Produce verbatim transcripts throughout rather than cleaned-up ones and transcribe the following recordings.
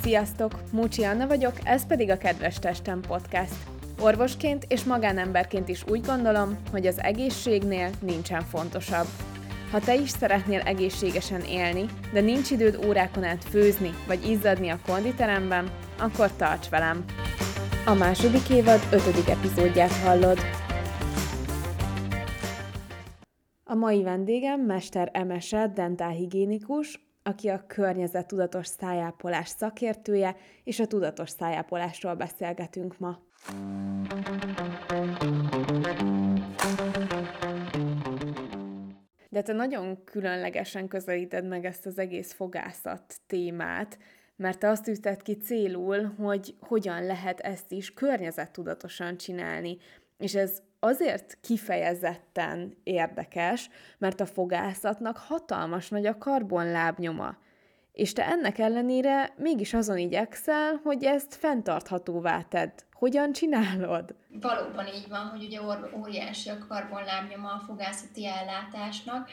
Sziasztok! Múcsi Anna vagyok, ez pedig a Kedves Testem Podcast. Orvosként és magánemberként is úgy gondolom, hogy az egészségnél nincsen fontosabb. Ha te is szeretnél egészségesen élni, de nincs időd órákon át főzni vagy izzadni a konditeremben, akkor tarts velem! A második évad ötödik epizódját hallod. A mai vendégem Mester Emese dentálhigiénikus, aki a környezettudatos szájápolás szakértője, és a tudatos szájápolásról beszélgetünk ma. De te nagyon különlegesen közelíted meg ezt az egész fogászat témát, mert te azt tűzted ki célul, hogy hogyan lehet ezt is környezettudatosan csinálni. És ez azért kifejezetten érdekes, mert a fogászatnak hatalmas nagy a karbonlábnyoma. És te ennek ellenére mégis azon igyekszel, hogy ezt fenntarthatóvá tedd. Hogyan csinálod? Valóban így van, hogy ugye óriási a karbonlábnyoma a fogászati ellátásnak.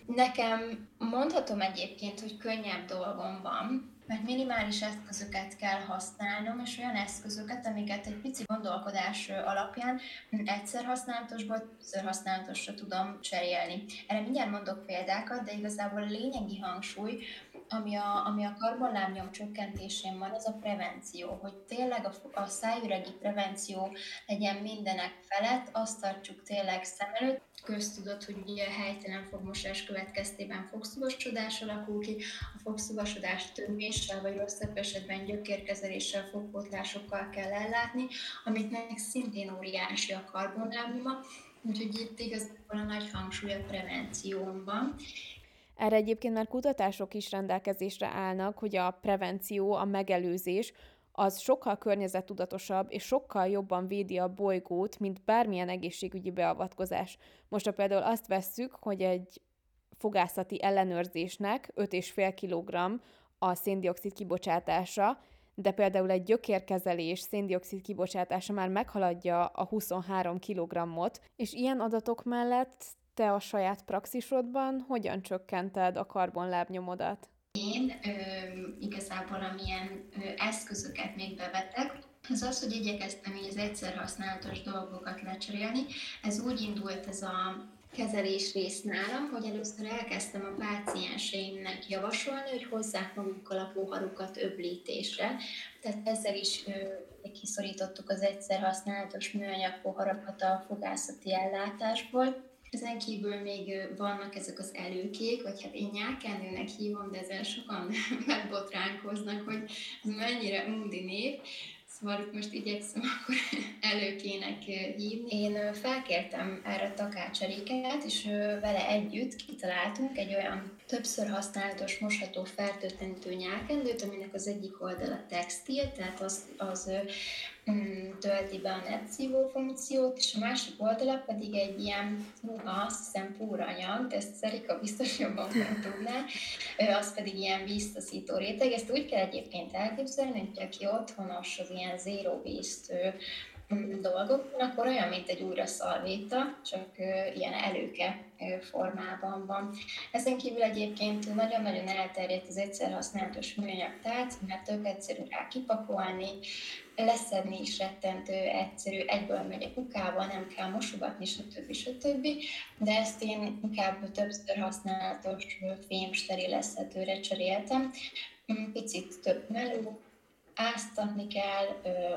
Nekem mondhatom egyébként, hogy könnyebb dolgom van, mert minimális eszközöket kell használnom, és olyan eszközöket, amiket egy pici gondolkodás alapján egyszer használatosból többször használatosra tudom cserélni. Erre mindjárt mondok példákat, de igazából a lényegi hangsúly, ami a, ami a karbonlábnyom csökkentésén van, az a prevenció, hogy tényleg a, a szájüregi prevenció legyen mindenek felett, azt tartsuk tényleg szem előtt. Köztudott, hogy ugye a helytelen fogmosás következtében fogszúvasodás alakul ki, a fogszúvasodást töméssel vagy rosszabb esetben gyökérkezeléssel, fogpótlásokkal kell ellátni, amiknek szintén óriási a karbonlábnyoma, úgyhogy itt igazából a nagy hangsúly a prevención van. Erre egyébként már kutatások is rendelkezésre állnak, hogy a prevenció, a megelőzés, az sokkal környezettudatosabb és sokkal jobban védi a bolygót, mint bármilyen egészségügyi beavatkozás. Most ha például azt vesszük, hogy egy fogászati ellenőrzésnek öt egész öt kilogramm a széndioxid kibocsátása, de például egy gyökérkezelés széndioxid kibocsátása már meghaladja a huszonhárom kilogrammot, és ilyen adatok mellett te a saját praxisodban hogyan csökkented a karbonlábnyomodat? Én ö, igazából amilyen ö, eszközöket még bevetek, az az, hogy igyekeztem így az egyszer használatos dolgokat lecserélni. Ez úgy indult ez a kezelés rész nálam, hogy először elkezdtem a pácienseimnek javasolni, hogy hozzák magukkal a poharukat öblítésre. Tehát ezzel is ö, kiszorítottuk az egyszer használatos műanyag poharakat a fogászati ellátásból. Ezen kívül még vannak ezek az előkék, vagy hát én nyálkendőnek hívom, de ezen sokan megbotránkoznak, hogy ez mennyire undi név. Szóval most igyekszem akkor előkének hívni. Én felkértem erre takácseréket, és vele együtt kitaláltunk egy olyan többször használatos, mosható, fertőtlenítő nyálkendőt, aminek az egyik oldala textil, tehát az, az tölti be a netszívó funkciót, és a másik oldala pedig egy ilyen, húha, azt hiszem púranyag, de ezt Szerika biztos jobban tudná, az pedig ilyen víztaszító réteg. Ezt úgy kell egyébként elképzelni, hogy aki otthonos az ilyen zero waste dolgok, akkor olyan, mint egy újra szalvéta, csak ilyen előke formában van. Ezen kívül egyébként nagyon-nagyon elterjedt az egyszer használatos műanyag tálc, mert tök egyszerű rá kipakolni, leszedni is rettentő egyszerű, egyből megy a kukába, nem kell mosogatni, stb. stb. De ezt én inkább többször használatos fém sterilezhetőre cseréltem. Picit több meló, áztatni kell,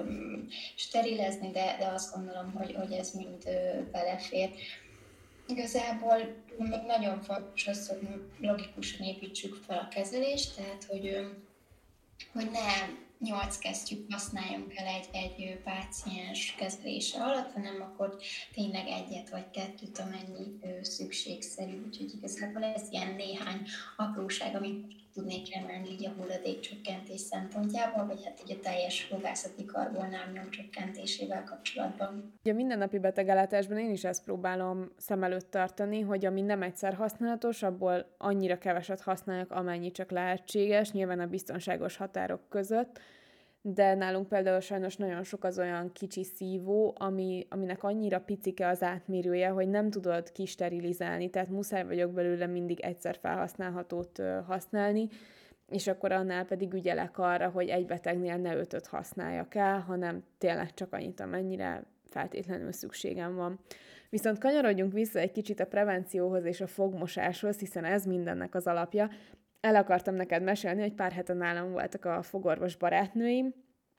sterilezni, de, de azt gondolom, hogy, hogy ez mind belefér. Igazából még nagyon fontos az, hogy logikusan építsük fel a kezelést, tehát hogy, hogy ne nyolc kesztyűt használjunk el egy, egy páciens kezelése alatt, hanem akkor tényleg egyet vagy kettőt, amennyi szükségszerű. Úgyhogy igazából ez ilyen néhány apróság, amit tudnék emelni így a hulladékcsökkentés szempontjából, vagy hát így a teljes fogászati karbonlábnyom csökkentésével kapcsolatban. A mindennapi betegellátásban én is ezt próbálom szem előtt tartani, hogy ami nem egyszer használatos, abból annyira keveset használják, amennyi csak lehetséges, nyilván a biztonságos határok között, de nálunk például sajnos nagyon sok az olyan kicsi szívó, ami, aminek annyira picike az átmérője, hogy nem tudod kisterilizálni, tehát muszáj vagyok belőle mindig egyszer felhasználhatót használni, és akkor annál pedig ügyelek arra, hogy egy betegnél ne ötöt használjak el, hanem tényleg csak annyit, amennyire feltétlenül szükségem van. Viszont kanyarodjunk vissza egy kicsit a prevencióhoz és a fogmosáshoz, hiszen ez mindennek az alapja. El akartam neked mesélni, hogy pár hete nálam voltak a fogorvos barátnőim,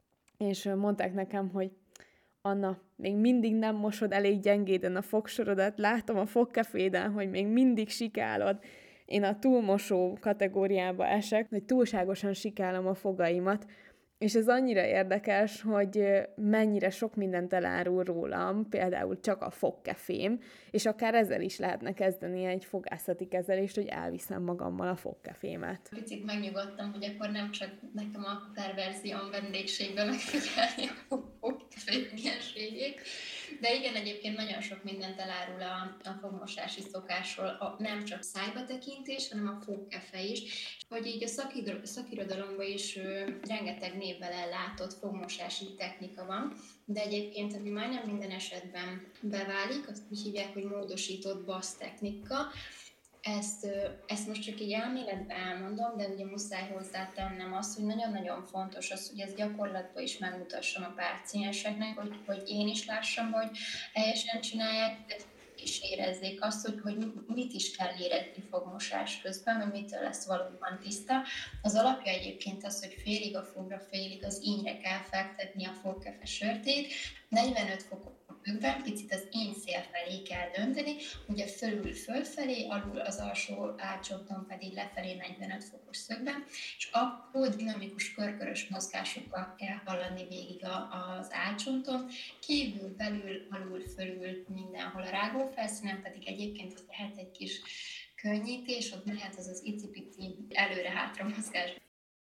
és mondták nekem, hogy Anna, még mindig nem mosod elég gyengéden a fogsorodat, látom a fogkeféden, hogy még mindig sikálod. Én a túlmosó kategóriába esek, hogy túlságosan sikálom a fogaimat, és ez annyira érdekes, hogy mennyire sok mindent elárul rólam, például csak a fogkefém, és akár ezzel is lehetne kezdeni egy fogászati kezelést, hogy elviszem magammal a fogkefémet. Picit megnyugodtam, hogy akkor nem csak nekem a perverzión vendégségbe megfigyelni a fogkefé mienségét, de igen, egyébként nagyon sok mindent elárul a, a fogmosási szokásról, a, nem csak szájba tekintés, hanem a fogkefe is, hogy így a szakidro, szakirodalomban is ő, rengeteg névvel ellátott fogmosási technika van, de egyébként, ami majdnem minden esetben beválik, azt úgy hívják, hogy módosított bassz technika. Ezt, ezt most csak így elméletben elmondom, de ugye muszáj hozzátennem azt, hogy nagyon-nagyon fontos az, hogy ezt gyakorlatban is megmutassam a pácienseknek, hogy, hogy én is lássam, hogy helyesen csinálják, és érezzék azt, hogy, hogy mit is kell érezni fogmosás közben, hogy mitől lesz valóban tiszta. Az alapja egyébként az, hogy félig a fogra, félig az ínyre kell fektetni a fogkefe sörtét, negyvenöt fokos fokban, picit az ínyszél felé kell dönteni, ugye fölül fölfelé, alul az alsó átcsonton pedig lefelé negyvenöt fokos szögben, és apró dinamikus körkörös mozgásokkal kell hallani végig a, az átcsonton, kívül, belül, alul, fölül, mindenhol a rágófelszínen, pedig egyébként az lehet egy kis könnyítés, ott lehet az az icipici előre-hátra mozgás.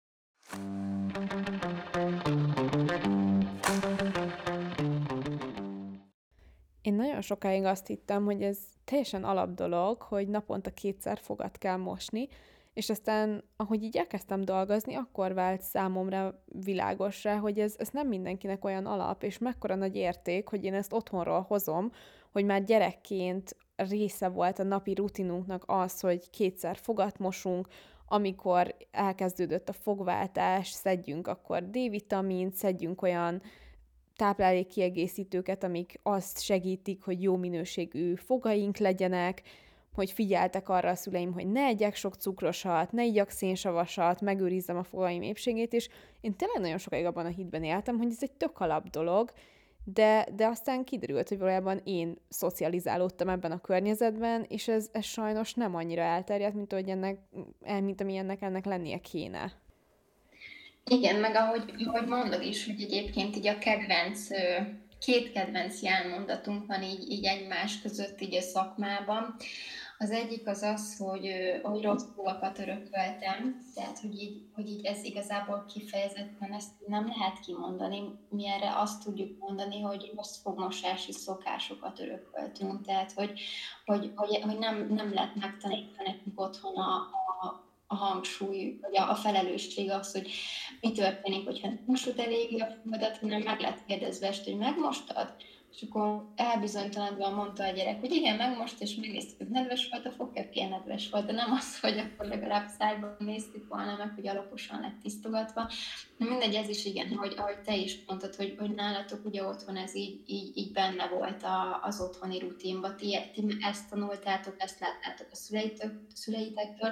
Én nagyon sokáig azt hittem, hogy ez teljesen alapdolog, hogy naponta kétszer fogat kell mosni, és aztán, ahogy így elkezdtem dolgozni, akkor vált számomra világossá, hogy ez, ez nem mindenkinek olyan alap, és mekkora nagy érték, hogy én ezt otthonról hozom, hogy már gyerekként része volt a napi rutinunknak az, hogy kétszer fogat mosunk, amikor elkezdődött a fogváltás, szedjünk akkor D-vitamint, szedjünk olyan táplálékkiegészítőket, amik azt segítik, hogy jó minőségű fogaink legyenek, hogy figyeltek arra a szüleim, hogy ne egyek sok cukrosat, ne igyak szénsavasat, megőrizzem a fogaim épségét, és én tényleg nagyon sokáig abban a hitben éltem, hogy ez egy tök alap dolog, de, de aztán kiderült, hogy valójában én szocializálódtam ebben a környezetben, és ez, ez sajnos nem annyira elterjedt, mint, hogy ennek, mint ami ennek, ennek lennie kéne. Igen, meg ahogy, ahogy mondod is, hogy egyébként így a kedvenc, két kedvenc jelmondatunk van így, így egymás között így a szakmában. Az egyik az az, hogy, hogy rossz fogakat örököltem, tehát hogy így, hogy így ez igazából kifejezetten ezt nem lehet kimondani. Mi erre azt tudjuk mondani, hogy rossz fogmosási szokásokat örököltünk, tehát hogy, hogy, hogy, hogy nem, nem lehet megtanítani nekünk otthon a, a a hangsúly, vagy a, a felelősség az, hogy mi történik, hogyha nem mosod eléggé a fogadat, hanem meg lett kérdezve este, hogy megmostad? És akkor elbizonytalanodva mondta a gyerek, hogy igen, megmost, és megnéztük, hogy nedves volt, a fogkeféje nedves volt, de nem az, hogy akkor legalább szájban néztük volna meg, hogy alaposan lett tisztogatva. Mindegy, ez is igen, hogy, ahogy te is mondtad, hogy, hogy nálatok ugye otthon ez így, így, így benne volt a, az otthoni rutinban. Ti, ti ezt tanultátok, ezt láttátok a szüleitől, szüleitektől.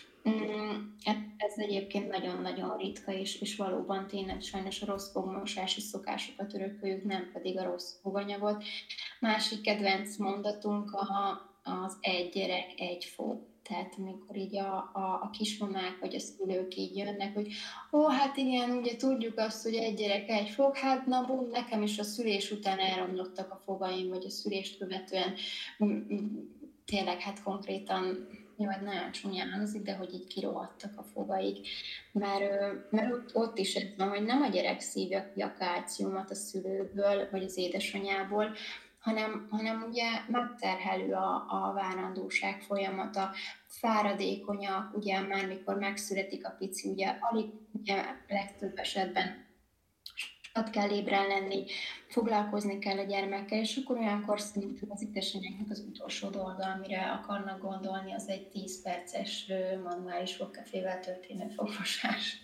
Ez egyébként nagyon-nagyon ritka, és, és valóban tényleg sajnos a rossz fogmosási szokásokat örököljük, nem pedig a rossz foganyagot. Másik kedvenc mondatunk a, az egy gyerek, egy fog. Tehát amikor így a, a, a kismamák vagy a szülők így jönnek, hogy ó, hát igen, ugye tudjuk azt, hogy egy gyerek, egy fog, hát na bum, nekem is a szülés után elromlottak a fogaim, vagy a szülést követően tényleg hát konkrétan, jó, hát nagyon csúnyán hangzik, de hogy így kirohadtak a fogaik, mert, mert ott, ott is ez van, hogy nem a gyerek szívja ki a kálciumot a szülőből, vagy az édesanyából, hanem, hanem ugye megterhelő a, a várandóság folyamata, fáradékonyak, ugye már mikor megszületik a pici, ugye alig, ugye legtöbb esetben ott kell ébren lenni, foglalkozni kell a gyermekkel, és akkor olyankor szerintem az édesanyáknak az utolsó dolga, amire akarnak gondolni, az egy tíz perces manuális fogkefével történő fogmosás.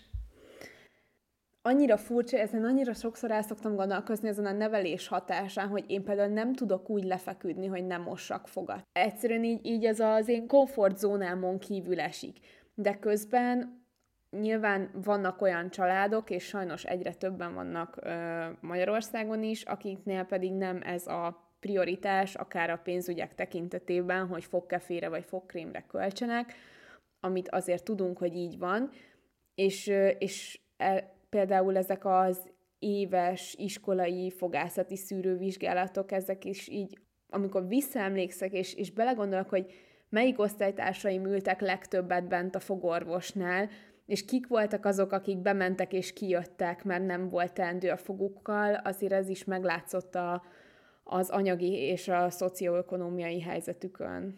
Annyira furcsa, ezen annyira sokszor el szoktam gondolkozni ezen a nevelés hatásán, hogy én például nem tudok úgy lefeküdni, hogy nem mossak fogat. Egyszerűen így, így ez az én komfortzónámon kívül esik. De közben nyilván vannak olyan családok, és sajnos egyre többen vannak ö, Magyarországon is, akiknél pedig nem ez a prioritás, akár a pénzügyek tekintetében, hogy fogkefére vagy fogkrémre költsenek, amit azért tudunk, hogy így van, és, és e, például ezek az éves iskolai fogászati szűrővizsgálatok, ezek is így, amikor visszaemlékszek, és, és belegondolok, hogy melyik osztálytársaim ültek legtöbbet bent a fogorvosnál, és kik voltak azok, akik bementek és kijöttek, mert nem volt teendő a fogukkal, azért ez is meglátszott a, az anyagi és a szocioökonómiai helyzetükön.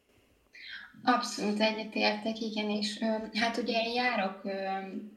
Abszolút egyetértek, igen, és ö, hát ugye én járok ö,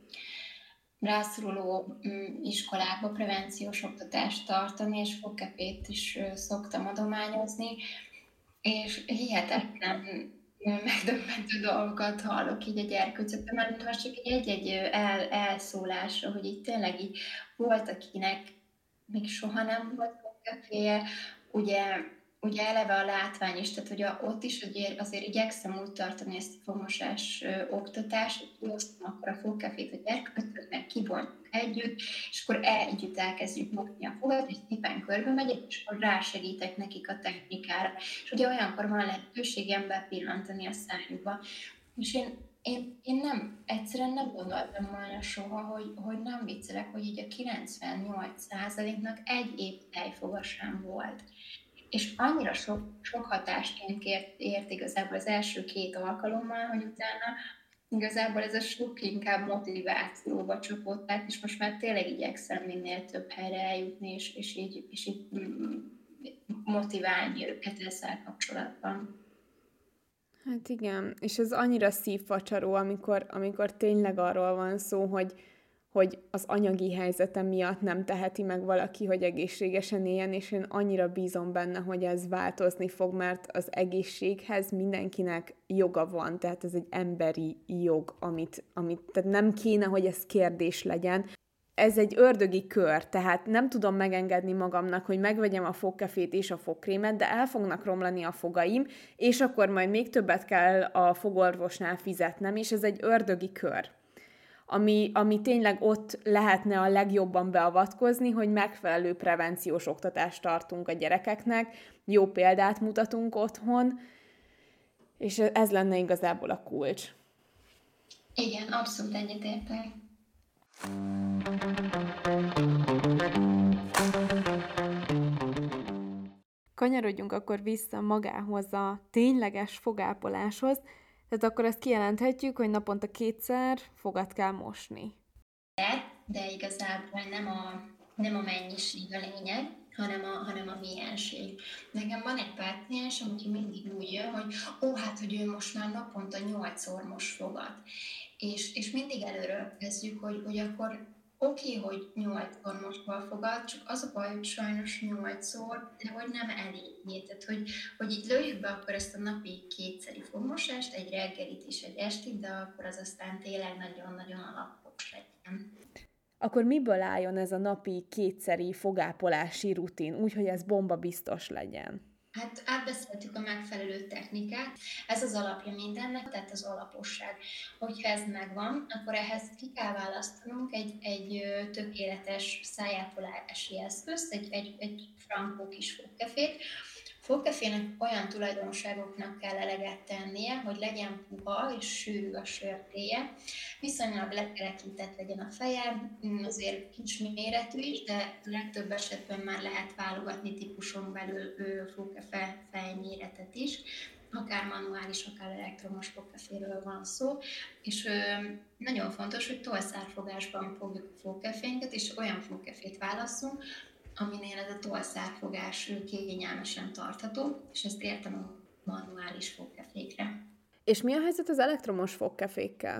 rászoruló ö, iskolákba prevenciós oktatást tartani, és fogkefét is ö, szoktam adományozni, és hihetetlen ö, megdöbbentő dolgokat hallok így a gyerkőcöktől, mert most csak egy-egy el, elszólásra, hogy itt tényleg így volt, akinek még soha nem volt fogkeféje, ugye ugye eleve a látvány is, tehát hogy a, ott is azért, azért igyekszem úgy tartani ezt a fogmosás ö, oktatást, hogy kiosztom akkor a fogkefét a gyerkőcöknek, kibontjuk együtt, és akkor együtt elkezdjük mosni a fogat, és szépen körbe megyek, és akkor rásegítek nekik a technikára. És ugye olyankor van lehetőségem bepillantani a szájukba. És én, én, én nem, egyszerűen nem gondoltam volna soha, hogy, hogy nem viccelek, hogy így a kilencvennyolc százaléknak egy év tejfoga sem volt. És annyira sok, sok hatásként ért, ért igazából az első két alkalommal, hogy utána igazából ez a sok inkább motivációba csapott át, és most már tényleg igyekszem minél több helyre eljutni, és, és így, és így motiválni őket ezzel kapcsolatban. Hát igen, és ez annyira szívfacsaró, amikor, amikor tényleg arról van szó, hogy, hogy az anyagi helyzete miatt nem teheti meg valaki, hogy egészségesen éljen, és én annyira bízom benne, hogy ez változni fog, mert az egészséghez mindenkinek joga van, tehát ez egy emberi jog, amit, amit tehát nem kéne, hogy ez kérdés legyen. Ez egy ördögi kör, tehát nem tudom megengedni magamnak, hogy megvegyem a fogkefét és a fogkrémet, de el fognak romlani a fogaim, és akkor majd még többet kell a fogorvosnál fizetnem, és ez egy ördögi kör. Ami, ami tényleg ott lehetne a legjobban beavatkozni, hogy megfelelő prevenciós oktatást tartunk a gyerekeknek, jó példát mutatunk otthon, és ez lenne igazából a kulcs. Igen, abszolút egyetértek. Kanyarodjunk akkor vissza magához a tényleges fogápoláshoz, tehát akkor ezt kijelenthetjük, hogy naponta kétszer fogat kell mosni. De, de igazából nem a, nem a mennyiség a lényeg, hanem a, hanem a milyenség. Nekem van egy páciensem, aki mindig úgy jön, hogy ó, hát, hogy ő most már naponta nyolcszor mos fogat. És, és mindig előről kezdjük, hogy, hogy akkor oké, okay, hogy nyolcszor mosva a fogat, csak az a baj, hogy sajnos nyolcszor, de hogy nem eléggé. Tehát, hogy, hogy így lőjük be akkor ezt a napi kétszeri fogmosást, egy reggelit és egy estit, de akkor az aztán tényleg nagyon-nagyon alapos legyen. Akkor miből álljon ez a napi kétszeri fogápolási rutin, úgyhogy ez bomba biztos legyen? Hát átbeszéltük a megfelelő technikát, ez az alapja mindennek, tehát az alaposság. Hogyha ez megvan, akkor ehhez ki kell választanunk egy, egy tökéletes szájápolási eszközt, egy, egy, egy frankó kis fogkefét. A fogkefének olyan tulajdonságoknak kell eleget tennie, hogy legyen puha és sűrű a sörtéje, viszonylag lekerekített legyen a feje, azért kis méretű is, de legtöbb esetben már lehet válogatni típuson belül fogkefe fejméretet is, akár manuális, akár elektromos fogkeféről van szó, és ö, nagyon fontos, hogy tollszárfogásban fogjuk a fogkefénket, és olyan fogkefét válasszunk, aminél ez a tollszárfogás kényelmesen tartható, és ezt értem a manuális fogkefékre. És mi a helyzet az elektromos fogkefékkel?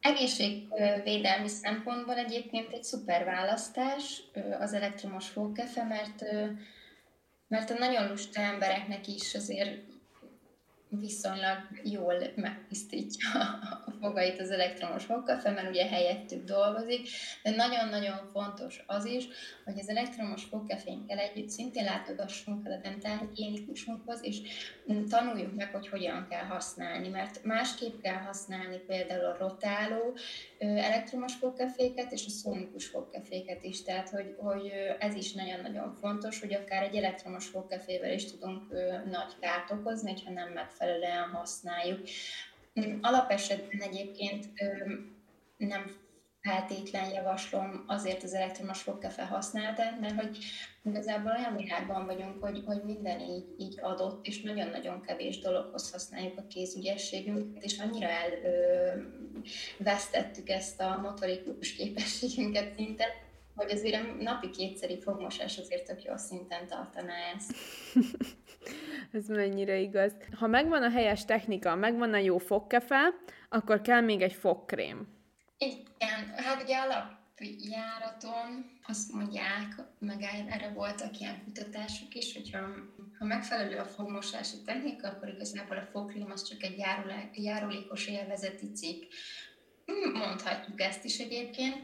Egészségvédelmi szempontból egyébként egy szuper választás az elektromos fogkefe, mert, mert a nagyon lusta embereknek is azért viszonylag jól megtisztítja a fogait az elektromos fogkafe, mert ugye helyettük dolgozik, de nagyon-nagyon fontos az is, hogy az elektromos fogkefénkkel együtt szintén látogassunk el a dentálhigiénikusunkhoz, és tanuljuk meg, hogy hogyan kell használni, mert másképp kell használni például a rotáló elektromos fogkeféket és a szonikus fogkeféket is, tehát hogy, hogy ez is nagyon-nagyon fontos, hogy akár egy elektromos fogkefével is tudunk nagy kárt okozni, ha nem megfelelően használjuk. Alapesetben egyébként nem feltétlen javaslom azért az elektromos fogkefe használatát, mert hogy igazából olyan világban vagyunk, hogy, hogy minden így, így adott, és nagyon-nagyon kevés dologhoz használjuk a kézügyességünket, és annyira elvesztettük ezt a motorikus képességünket szinte, hogy azért a napi kétszeri fogmosás azért tök jó szinten tartaná ezt. Ez mennyire igaz. Ha megvan a helyes technika, megvan a jó fogkefe, akkor kell még egy fogkrém. Igen, hát ugye alapjáraton azt mondják, meg erre voltak ilyen kutatások is, hogyha ha megfelelő a fogmosási technika, akkor igazából a fogkrém az csak egy járulékos élvezeti cikk. Mondhatjuk ezt is egyébként,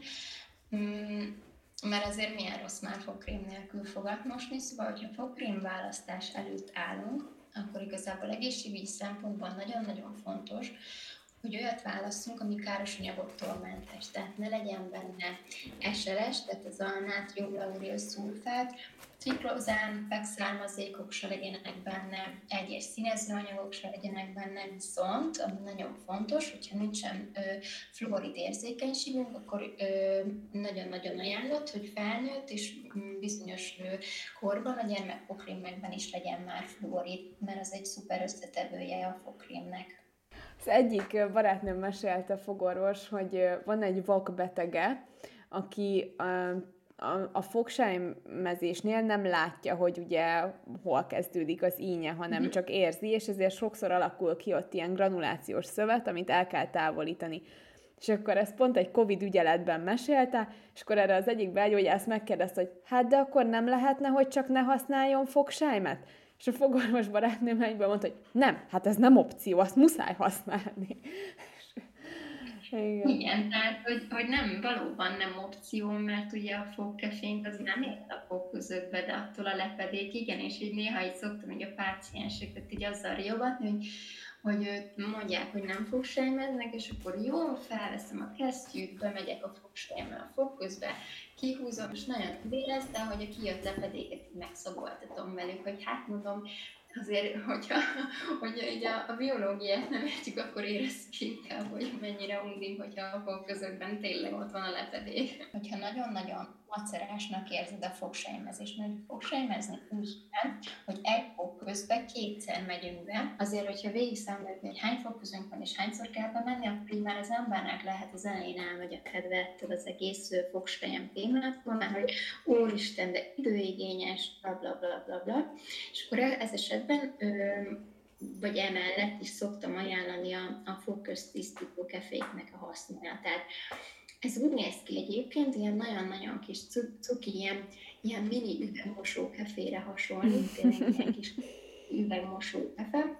mert azért milyen rossz már fogkrém nélkül fogat mosni, szóval, hogyha fogkrém választás előtt állunk, akkor igazából egészségügyi szempontból nagyon-nagyon fontos, hogy olyat válasszunk, ami káros anyagoktól mentes, tehát ne legyen benne es el es, tehát ez a nátrium-lauril szulfát, ciklozán, pegszármazékok se legyenek benne, egyes színezőanyagok se legyenek benne, viszont, ami nagyon fontos, hogyha nincsen ö, fluorid érzékenységünk, akkor ö, nagyon-nagyon ajánlott, hogy felnőtt és bizonyos ö, korban a gyermekfogkrémekben is legyen már fluorid, mert az egy szuper összetevője a fogkrémnek. Az egyik barátnőm mesélte, fogorvos, hogy van egy vakbetege, aki a, a, a fogsájmezésnél nem látja, hogy ugye hol kezdődik az ínye, hanem mm-hmm. csak érzi, és ezért sokszor alakul ki ott ilyen granulációs szövet, amit el kell távolítani. És akkor ezt pont egy Covid ügyeletben mesélte, és akkor erre az egyik belgyógyász megkérdezte, hogy hát de akkor nem lehetne, hogy csak ne használjon fogsájmet? És a fogorvos barátnőm egyben mondta, hogy nem, hát ez nem opció, azt muszáj használni. Igen. Igen, tehát hogy, hogy nem, valóban nem opció, mert ugye a fogkefénk az nem ért a fogközökbe, de attól a lepedék, igen, és így néha így szoktam így a pácienseket így azzal riogatni, hogy hogy mondják, hogy nem fogsájmeznek, és akkor jó, felveszem a kesztyűt, bemegyek a fogsájmmel a fogközbe, kihúzom, és nagyon érez, de hogy a kijött lepedéket megszagoltatom velük, hogy hát mondom, azért, hogyha hogy ugye a, a biológiát nem értjük, akkor érezzük inkább, hogy mennyire unding, hogyha a fogközökben tényleg ott van a lepedék. Hogyha nagyon-nagyon macerásnak érzed a fogsájmezést, mert fogsájmezni úgy kell, hogy egy fogközbe kétszer megyünk be. Azért, hogyha végig számoljuk, hogy hány fogközünk van és hányszor kell bemenni, akkor így már az embernek lehet az elején elmegy a kedve ettől az egész fogsájem témától, mert hogy úristen, de időigényes, bla bla bla bla bla. És akkor ez esetben vagy emellett is szoktam ajánlani a, a fogköztisztító keféknek a használatát. Ez úgy néz ki egyébként, ilyen nagyon-nagyon kis cuki, ilyen, ilyen mini üvegmosó kefére hasonlít, tényleg ilyen kis üvegmosó kefe,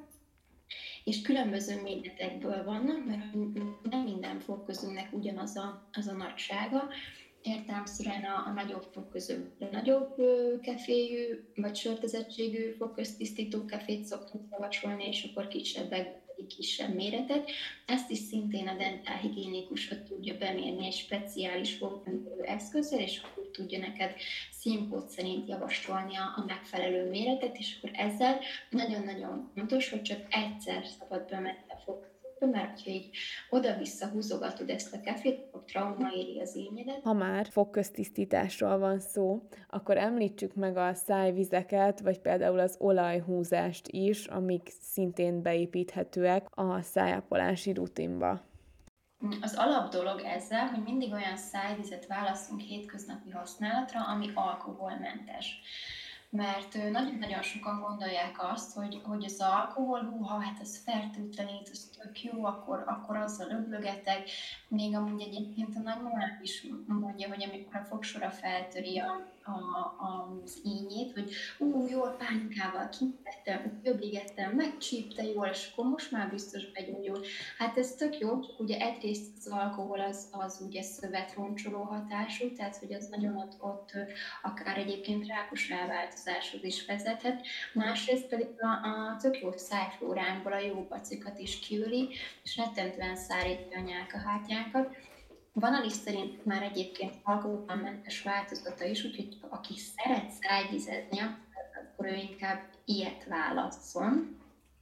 és különböző méretekből vannak, mert nem minden fogközünknek ugyanaz a, az a nagysága. Értelemszerűen a, a nagyobb fogközökben nagyobb keféjű vagy sörtezettségű fogköztisztító kefét szoktunk javasolni, és akkor kisebbek kisebb méretet. Ezt is szintén a dentálhigiénikus tudja bemérni egy speciális fogmentő eszközzel, és akkor tudja neked színkód szerint javasolni a, a megfelelő méretet, és akkor ezzel nagyon-nagyon fontos, hogy csak egyszer szabad bemenni a fogközbe, mert ha így oda-vissza húzogatod ezt a kefét, akkor trauma éri az ényedet. Ha már fogköztisztításról van szó, akkor említsük meg a szájvizeket, vagy például az olajhúzást is, amik szintén beépíthetőek a szájápolási rutinba. Az alap dolog ezzel, hogy mindig olyan szájvizet választunk hétköznapi használatra, ami alkoholmentes. mert nagyon-nagyon sokan gondolják azt, hogy, hogy az alkohol, húha, hát ez fertőtlenít, ez tök jó, akkor, akkor azzal öblögetek. Még amúgy egyébként a nagymamám is mondja, hogy amikor a fogsora feltöri a, a, az ínyét, hogy ú, jól pánikával kintettem, öbligettem, megcsípte jól, és akkor most már biztos begyógyul. Hát ez tök jó, csak ugye egyrészt az alkohol az, az ugye szövetroncsoló hatású, tehát hogy az nagyon ott, ott akár egyébként rákos ráváltozáshoz is vezethet. Másrészt pedig a, a tök jó szájflóránkból a jó bacikat is kiüli, és rettentően szárítja a nyálkahártyánkat. Van a liszt szerint már egyébként alkoholmentes változata is, úgyhogy aki szeret szájvízezni, akkor ő inkább ilyet válasszon.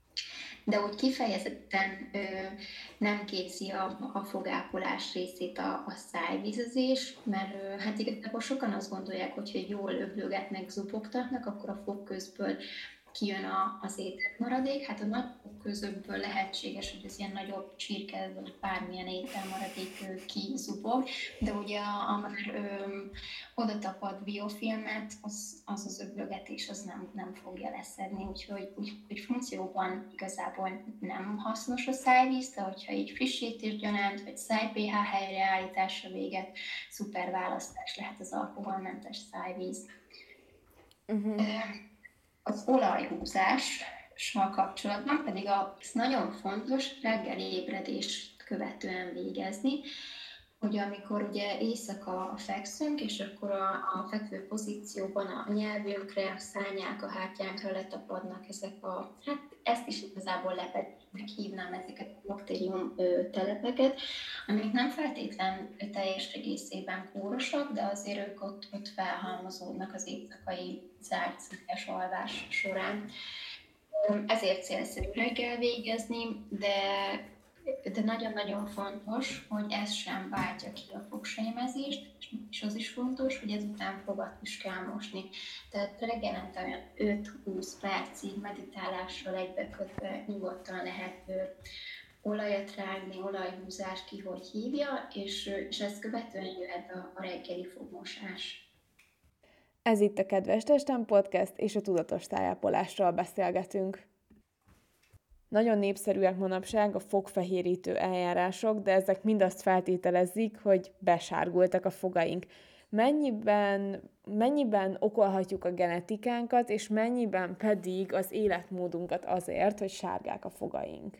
De úgy kifejezetten ö, nem képzi a, a fogápolás részét a, a szájvízezés, mert ö, hát igazából sokan azt gondolják, hogy ha jól öblögetnek, zupogtatnak, akkor a fogközből kijön a, az ételmaradék. Hát a nagy fogközökből lehetséges, hogy az ilyen nagyobb csirke, vagy bármilyen ételmaradék kizubog, de ugye a, a már ö, oda tapad biofilmet, az az, az öblögetés az nem, nem fogja leszedni, úgyhogy úgy, úgy funkcióban igazából nem hasznos a szájvíz, de hogyha így frissítés gyanánt, vagy száj pé há helyreállításra véget, szuper választás lehet az alkoholmentes szájvíz. Uh-huh. Az olajhúzással kapcsolatban pedig az nagyon fontos reggeli ébredést követően végezni, hogy amikor ugye éjszaka fekszünk, és akkor a, a fekvő pozícióban a nyelvünkre, a szárnyálkahártyánkra letapadnak ezek a, hát ezt is igazából lepedésnek hívnám, ezeket a baktérium telepeket, amik nem feltétlen teljes egészében kórosak, de azért ők ott, ott felhalmozódnak az éjszakai zárt szünkes alvás során. Ezért célszerű reggel végezni, de de nagyon-nagyon fontos, hogy ez sem váltja ki a fogsejmezést, és az is fontos, hogy ezután fogat is kell mosni. Tehát reggelente olyan öt-húsz percig meditálással egybekötve nyugodtan lehet olajat rágni, olajhúzás, ki hogy hívja, és, és ezt követően jöhet a, a reggeli fogmosás. Ez itt a Kedves Testem Podcast, és a tudatos tájápolásról beszélgetünk. Nagyon népszerűek manapság a fogfehérítő eljárások, de ezek mind azt feltételezik, hogy besárgultak a fogaink. Mennyiben, mennyiben okolhatjuk a genetikánkat, és mennyiben pedig az életmódunkat azért, hogy sárgák a fogaink?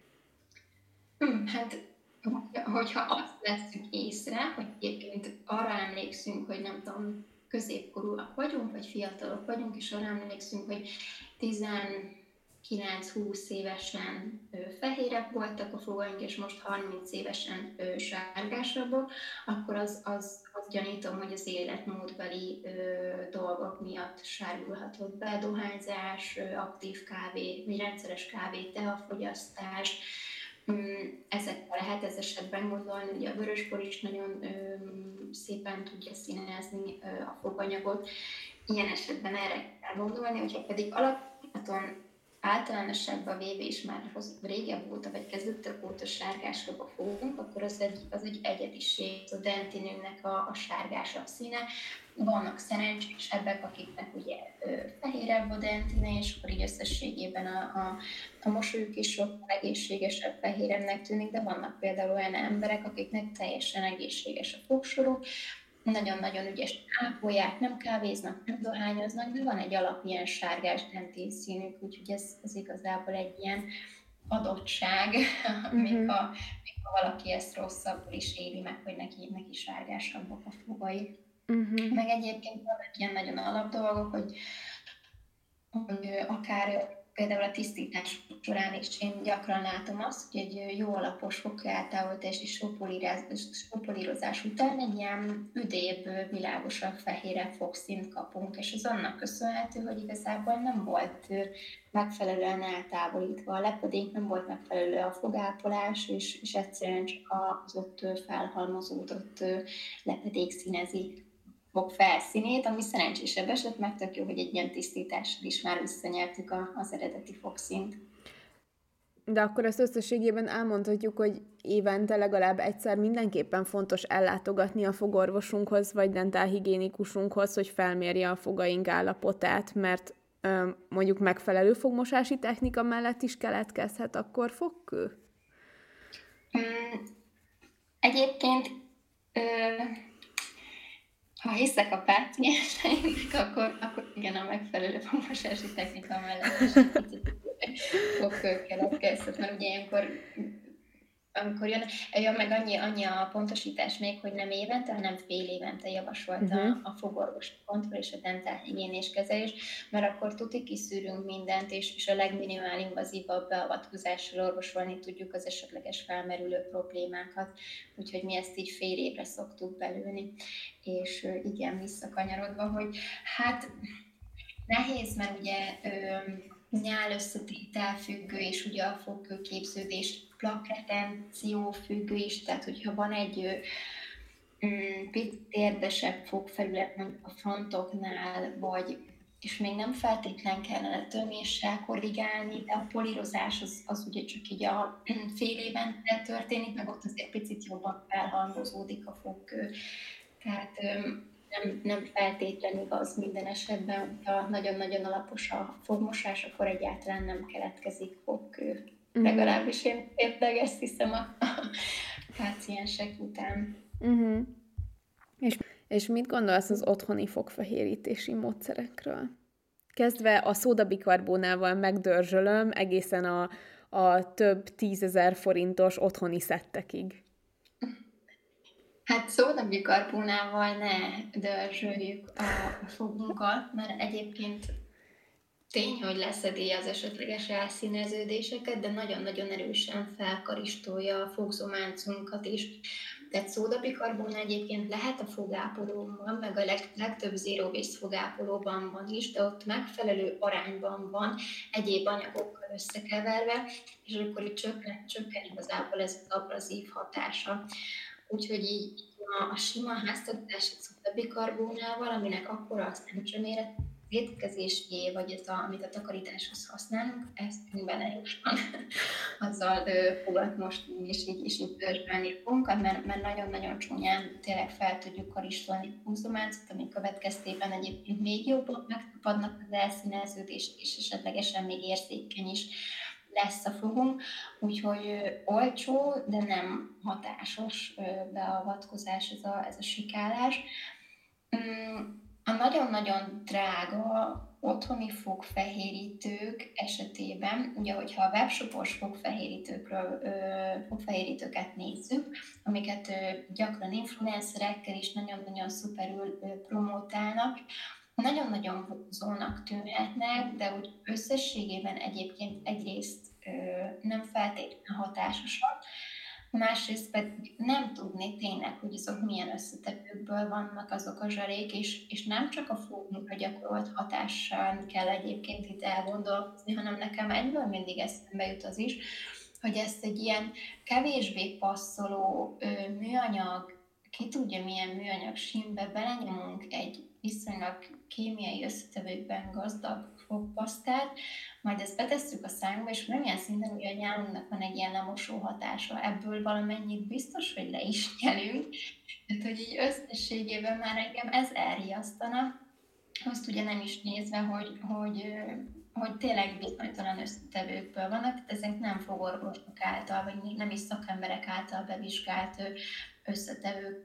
Hmm, hát, hogyha azt veszünk észre, hogy egyébként arra emlékszünk, hogy nem tudom, középkorúak vagyunk, vagy fiatalok vagyunk, és arra emlékszünk, hogy tizenkilenc-húsz évesen ö, fehérek voltak a fogaink, és most harminc évesen ö, sárgásabbak, akkor az, az, az gyanítom, hogy az életmódbeli ö, dolgok miatt sárgulhatott be, dohányzás, ö, aktív kávé, vagy rendszeres kávé, teafogyasztás. Ezekre lehet ez esetben gondolni, hogy a vörösbor is nagyon ö, szépen tudja színezni ö, a foganyagot. Ilyen esetben erre kell gondolni, hogyha pedig alapvetően általánosságban véve is már régebb óta, vagy kezdetek óta sárgásabb a fogunk, akkor az egy, az egy egyediség, a dentinőnek a, a sárgásabb színe. Vannak szerencsésebbek, akiknek ugye ö, fehérebb a dentine, és akkor így összességében a, a, a mosolyuk is sokkal egészségesebb, fehérebbnek tűnik, de vannak például olyan emberek, akiknek teljesen egészséges a fogsoruk, nagyon-nagyon ügyes ápolják, nem kávéznak, nem dohányoznak, de van egy alap ilyen sárgás dentin színük, úgyhogy ez, ez igazából egy ilyen adottság, mm-hmm. még, ha, még ha valaki ezt rosszabbul is éli meg, hogy neki, neki sárgásabbak a fogai. Uh-huh. Meg egyébként vannak ilyen nagyon alap dolgok, hogy, hogy akár például a tisztítás során is én gyakran látom azt, hogy egy jó alapos fogkeltávolítási sópolírozás után egy ilyen üdébb, világosabb, fehérebb fogszínt kapunk, és ez annak köszönhető, hogy igazából nem volt megfelelően eltávolítva a lepedék, nem volt megfelelő a fogápolás, és, és egyszerűen csak az ott felhalmozódott lepedék színezi fog felszínét, ami szerencsésebb eset, meg tök jó, hogy egy ilyen tisztítással is már visszanyertük az eredeti fogszínt. De akkor ezt összességében elmondhatjuk, hogy évente legalább egyszer mindenképpen fontos ellátogatni a fogorvosunkhoz, vagy dentálhigiénikusunkhoz, hogy felmérje a fogaink állapotát, mert mondjuk megfelelő fogmosási technika mellett is keletkezhet akkor fogkő? Mm, egyébként ö, ha hiszek a pácienseinknek, akkor, akkor igen, a megfelelő fogmosási technika mellett is egy picit fogkő keletkezhet, mert ugye ilyenkor amikor jön, jön meg annyi, annyi a pontosítás még, hogy nem évente, hanem fél évente javasolta uh-huh. a fogorvosi kontroll és a dentálhigiénés kezelés, mert akkor tuti kiszűrünk mindent, és, és a legminimál invazívabb beavatkozással orvosolni tudjuk az esetleges felmerülő problémákat. Úgyhogy mi ezt így fél évre szoktuk belülni. És igen, visszakanyarodva, hogy hát nehéz, mert ugye nyál összetétel függő, és ugye a fogkőképződés plakretenció függő is, tehát hogyha van egy um, picit térdesebb fogfelület, mondjuk a frontoknál, vagy és még nem feltétlen kellene töméssel korrigálni, de a polírozás az, az ugye csak így a fél évente történik, meg ott azért picit jobban felhalmozódik a fogkő. Tehát um, Nem, nem feltétlenül igaz minden esetben, hogyha nagyon-nagyon alapos a fogmosás, akkor egyáltalán nem keletkezik fogkő. Uh-huh. Legalábbis én tényleg ezt hiszem a, a páciensek után. Uh-huh. És, és mit gondolsz az otthoni fogfehérítési módszerekről? Kezdve a szódabikarbónával megdörzsölöm egészen a, a több tízezer forintos otthoni szettekig. Hát szódabikarbónával ne dörzsöljük a fogunkat, mert egyébként tény, hogy leszedi az esetleges elszíneződéseket, de nagyon-nagyon erősen felkaristolja a fogzománcunkat is. Tehát szódabikarbóna egyébként lehet a fogápolóban, meg a leg, legtöbb zero waste fogápolóban van is, de ott megfelelő arányban van egyéb anyagokkal összekeverve, és akkor itt csökken, csökken igazából ez az abrazív hatása. Úgyhogy így a, a sima háztartási szódabikarbónával, aminek akkora a szemcsöméret, étkezésé, vagy ez a, amit a takarításhoz használunk, ezt benne is van. Azzal fogat most és így, és így dörzsölni fogunkat, mert, mert nagyon-nagyon csúnyán tényleg fel tudjuk karistolni a húzománcot, ami következtében egyébként még jobban megtapadnak az elszíneződés, és esetlegesen még érzékeny is lesz a fogunk, úgyhogy ö, olcsó, de nem hatásos ö, beavatkozás ez a, ez a sikálás. Mm, a nagyon-nagyon drága otthoni fogfehérítők esetében, ugye, hogyha a webshopos fogfehérítőkről, ö, fogfehérítőket nézzük, amiket ö, gyakran influencerekkel is nagyon-nagyon szuperül ö, promotálnak, nagyon-nagyon vonzónak tűnhetnek, de úgy összességében egyébként egyrészt ö, nem feltétlenül hatásosak, másrészt pedig nem tudni tényleg, hogy azok milyen összetevőkből vannak azok a zsarék, és, és nem csak a fogunkra gyakorolt hatással kell egyébként itt elgondolkozni, hanem nekem egyből mindig eszembe jut az is, hogy ezt egy ilyen kevésbé passzoló ö, műanyag, ki tudja milyen műanyag sínbe belenyomunk egy viszonylag kémiai összetevőkben gazdag fogpasztát, majd ezt betesszük a szánkba, és valamilyen szinten ugye a nyálunknak van egy ilyen lemosó hatása, ebből valamennyit biztos, hogy le is nyelünk, tehát hogy így összességében már engem ez elriasztana, azt ugye nem is nézve, hogy, hogy, hogy tényleg bizonytalan összetevőkből vannak, tehát ezek nem fogorvosok által, vagy nem is szakemberek által bevizsgált összetevők.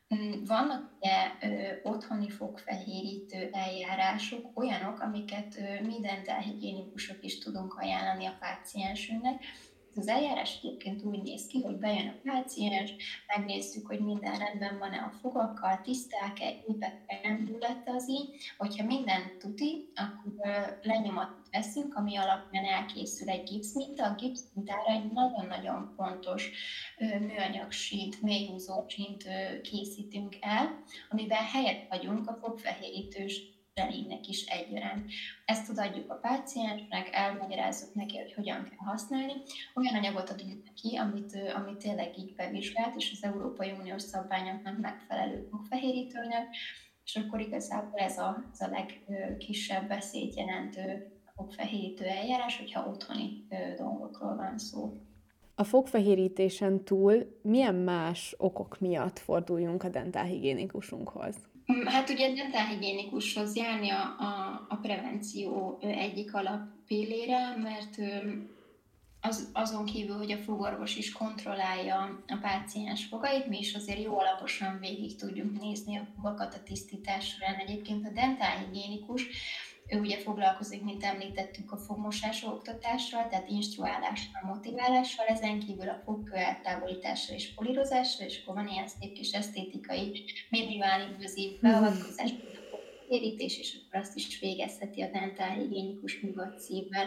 Vannak ugye ö, otthoni fogfehérítő eljárások, olyanok, amiket ö, mi dentálhigiénikusok is tudunk ajánlani a páciensünknek. Ez az eljárás egyébként úgy néz ki, hogy bejön a páciens, megnézzük, hogy minden rendben van-e a fogakkal, tiszták-e, épek-e, nem gyulladt az így. Hogyha minden tuti, akkor ö, lenyomatot veszünk, ami alapján elkészül egy gipszminta. A gipszmintára egy nagyon-nagyon fontos ö, műanyag sínt, mélyhúzó sínt ö, készítünk el, amiben helyet vagyunk a fogfehérítős zselének is egyaránt. Ezt odaadjuk a páciensnek, elmagyarázzuk neki, hogy hogyan kell használni. Olyan anyagot adjuk neki, amit, amit tényleg így bevizsgált, és az Európai Uniós szabványoknak megfelelő fogfehérítőnek, és akkor igazából ez a, ez a legkisebb veszélyt jelentő fogfehérítő eljárás, hogyha otthoni dolgokról van szó. A fogfehérítésen túl milyen más okok miatt forduljunk a dentálhigiénikusunkhoz? Mm, Hát ugye dentálhigiénikushoz járni a, a, a prevenció ö, egyik alappillére, mert ö, az, azon kívül, hogy a fogorvos is kontrollálja a páciens fogait, mi is azért jó alaposan végig tudjuk nézni a fogakat a tisztítás során. Egyébként a dentálhigiénikus, ő ugye foglalkozik, mint említettük, a fogmosás oktatással, tehát instruálással, motiválással, ezen kívül a fogkő eltávolítással és polírozással, és akkor van ilyen szép kis esztétikai, minimal invazív beavatkozás, mint a fogtérítés, és akkor azt is végezheti a dentálhigiénikus nyugodt szívvel.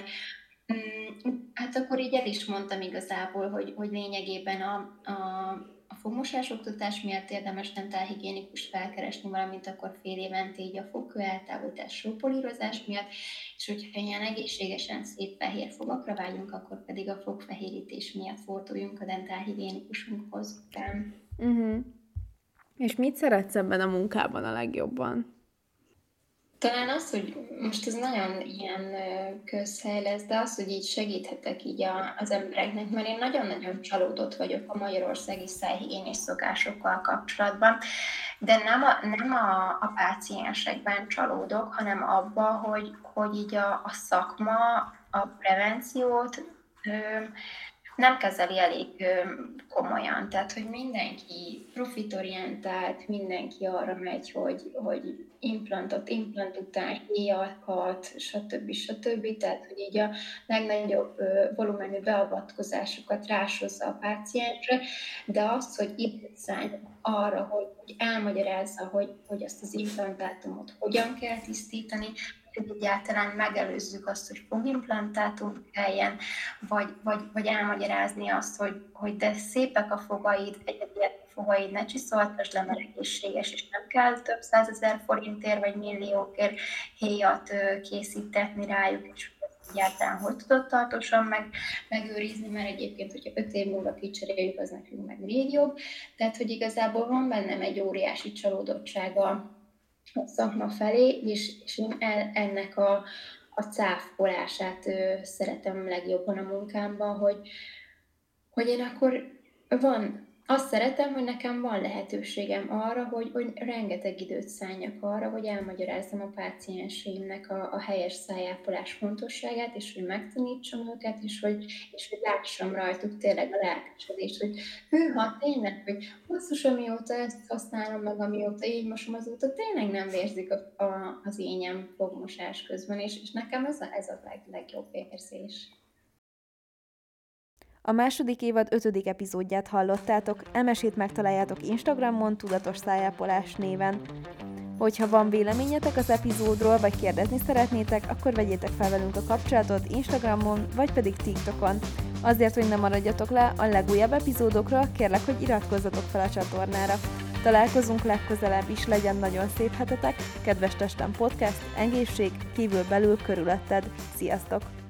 Mm, Hát akkor így el is mondtam igazából, hogy, hogy lényegében a, a, a fogmosás oktatás miatt érdemes dentálhigiénikust felkeresni, valamint akkor fél évente így a fogkő eltávolítás, sópolírozás miatt, és hogyha ilyen egészségesen szép fehér fogakra vágyunk, akkor pedig a fogfehérítés miatt forduljunk a dentálhigiénikusunkhoz. Uh-huh. És mit szeretsz ebben a munkában a legjobban? Talán az, hogy most ez nagyon ilyen közhely lesz, de az, hogy így segíthetek így a, az embereknek, mert én nagyon-nagyon csalódott vagyok a magyarországi szájhigiénés szokásokkal kapcsolatban, de nem a, nem a, a páciensekben csalódok, hanem abban, hogy, hogy így a, a szakma, a prevenciót ö, nem kezeli elég ö, komolyan. Tehát, hogy mindenki profitorientált, mindenki arra megy, hogy, hogy implantot, implant után héjakat, stb. stb. Tehát, hogy így a legnagyobb ö, volumenű beavatkozásokat rásozza a páciensre, de az, hogy időt szállj arra, hogy, hogy elmagyarázza, hogy, hogy azt az implantátumot hogyan kell tisztítani, hogy egyáltalán megelőzzük azt, hogy fogimplantátum kelljen, vagy, vagy, vagy elmagyarázni azt, hogy, hogy de szépek a fogaid, egyediek a fogaid, ne csiszoltasd le, mert egészséges, és nem kell több százezer forintért, vagy milliókért héjat készítetni rájuk, és egyáltalán hogy tudod tartósan meg, megőrizni, mert egyébként, hogyha öt év múlva kicseréljük, az nekünk meg még jobb. Tehát, hogy igazából van bennem egy óriási csalódottsága a szakma felé, és, és én el, ennek a, a cáfolását ö, szeretem legjobban a munkámban, hogy, hogy én akkor van, azt szeretem, hogy nekem van lehetőségem arra, hogy, hogy rengeteg időt szálljak arra, hogy elmagyarázzam a pácienseimnek a, a helyes szájápolás fontosságát, és hogy megtanítsam őket, és hogy, és hogy lássam rajtuk tényleg a lelkesedést, hogy hűha, tényleg, hogy basszus, amióta ezt használom meg, amióta így mosom, azóta tényleg nem vérzik a, a, az ényem fogmosás közben, és, és nekem ez a, ez a leg, legjobb érzés. A második évad ötödik epizódját hallottátok, emesét megtaláljátok Instagramon Tudatos Szájápolás néven. Hogyha van véleményetek az epizódról, vagy kérdezni szeretnétek, akkor vegyétek fel velünk a kapcsolatot Instagramon, vagy pedig TikTokon. Azért, hogy ne maradjatok le a legújabb epizódokra, kérlek, hogy iratkozzatok fel a csatornára. Találkozunk legközelebb is, legyen nagyon szép hetetek, kedves testem podcast, egészség, kívül belül körülötted. Sziasztok!